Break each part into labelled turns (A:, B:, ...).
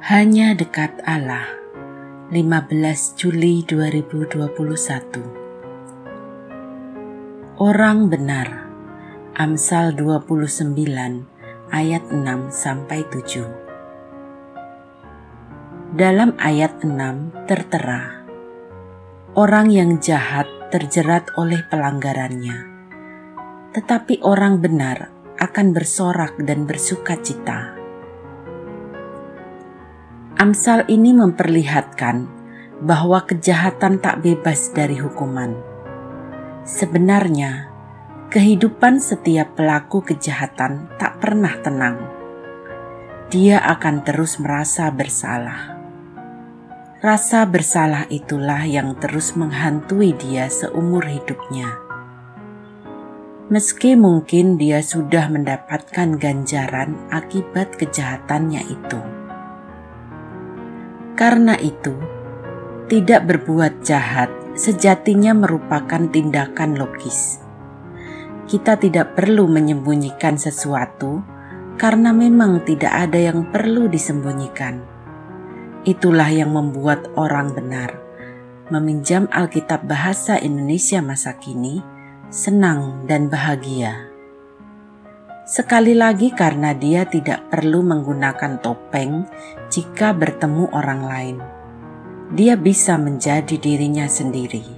A: Hanya dekat Allah, 15 Juli 2021. Orang benar, Amsal 29 ayat 6-7. Dalam ayat 6 tertera, orang yang jahat terjerat oleh pelanggarannya, tetapi orang benar akan bersorak dan bersukacita. Amsal ini memperlihatkan bahwa kejahatan tak bebas dari hukuman. Sebenarnya, kehidupan setiap pelaku kejahatan tak pernah tenang. Dia akan terus merasa bersalah. Rasa bersalah itulah yang terus menghantui dia seumur hidupnya. Meski mungkin dia sudah mendapatkan ganjaran akibat kejahatannya itu. Karena itu, tidak berbuat jahat sejatinya merupakan tindakan logis. Kita tidak perlu menyembunyikan sesuatu karena memang tidak ada yang perlu disembunyikan. Itulah yang membuat orang benar, meminjam Alkitab bahasa Indonesia masa kini, senang dan bahagia. Sekali lagi karena dia tidak perlu menggunakan topeng jika bertemu orang lain. Dia bisa menjadi dirinya sendiri.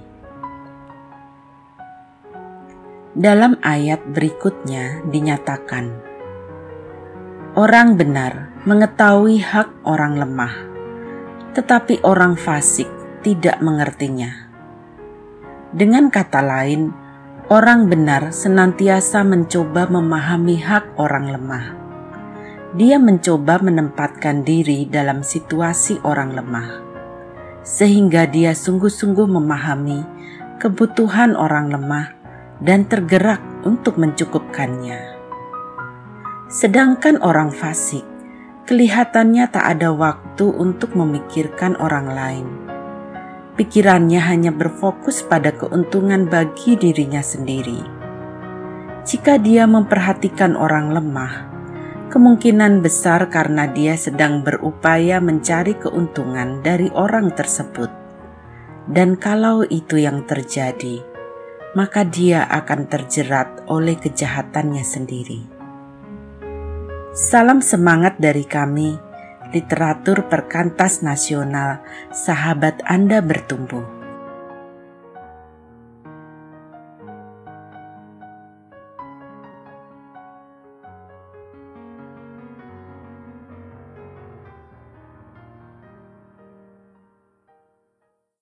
A: Dalam ayat berikutnya dinyatakan, orang benar mengetahui hak orang lemah, tetapi orang fasik tidak mengertinya. Dengan kata lain, orang benar senantiasa mencoba memahami hak orang lemah. Dia mencoba menempatkan diri dalam situasi orang lemah, sehingga dia sungguh-sungguh memahami kebutuhan orang lemah dan tergerak untuk mencukupkannya. Sedangkan orang fasik, kelihatannya tak ada waktu untuk memikirkan orang lain. Pikirannya hanya berfokus pada keuntungan bagi dirinya sendiri. Jika dia memperhatikan orang lemah, kemungkinan besar karena dia sedang berupaya mencari keuntungan dari orang tersebut. Dan kalau itu yang terjadi, maka dia akan terjerat oleh kejahatannya sendiri. Salam semangat dari kami, Literatur Perkantas Nasional, sahabat Anda bertumbuh.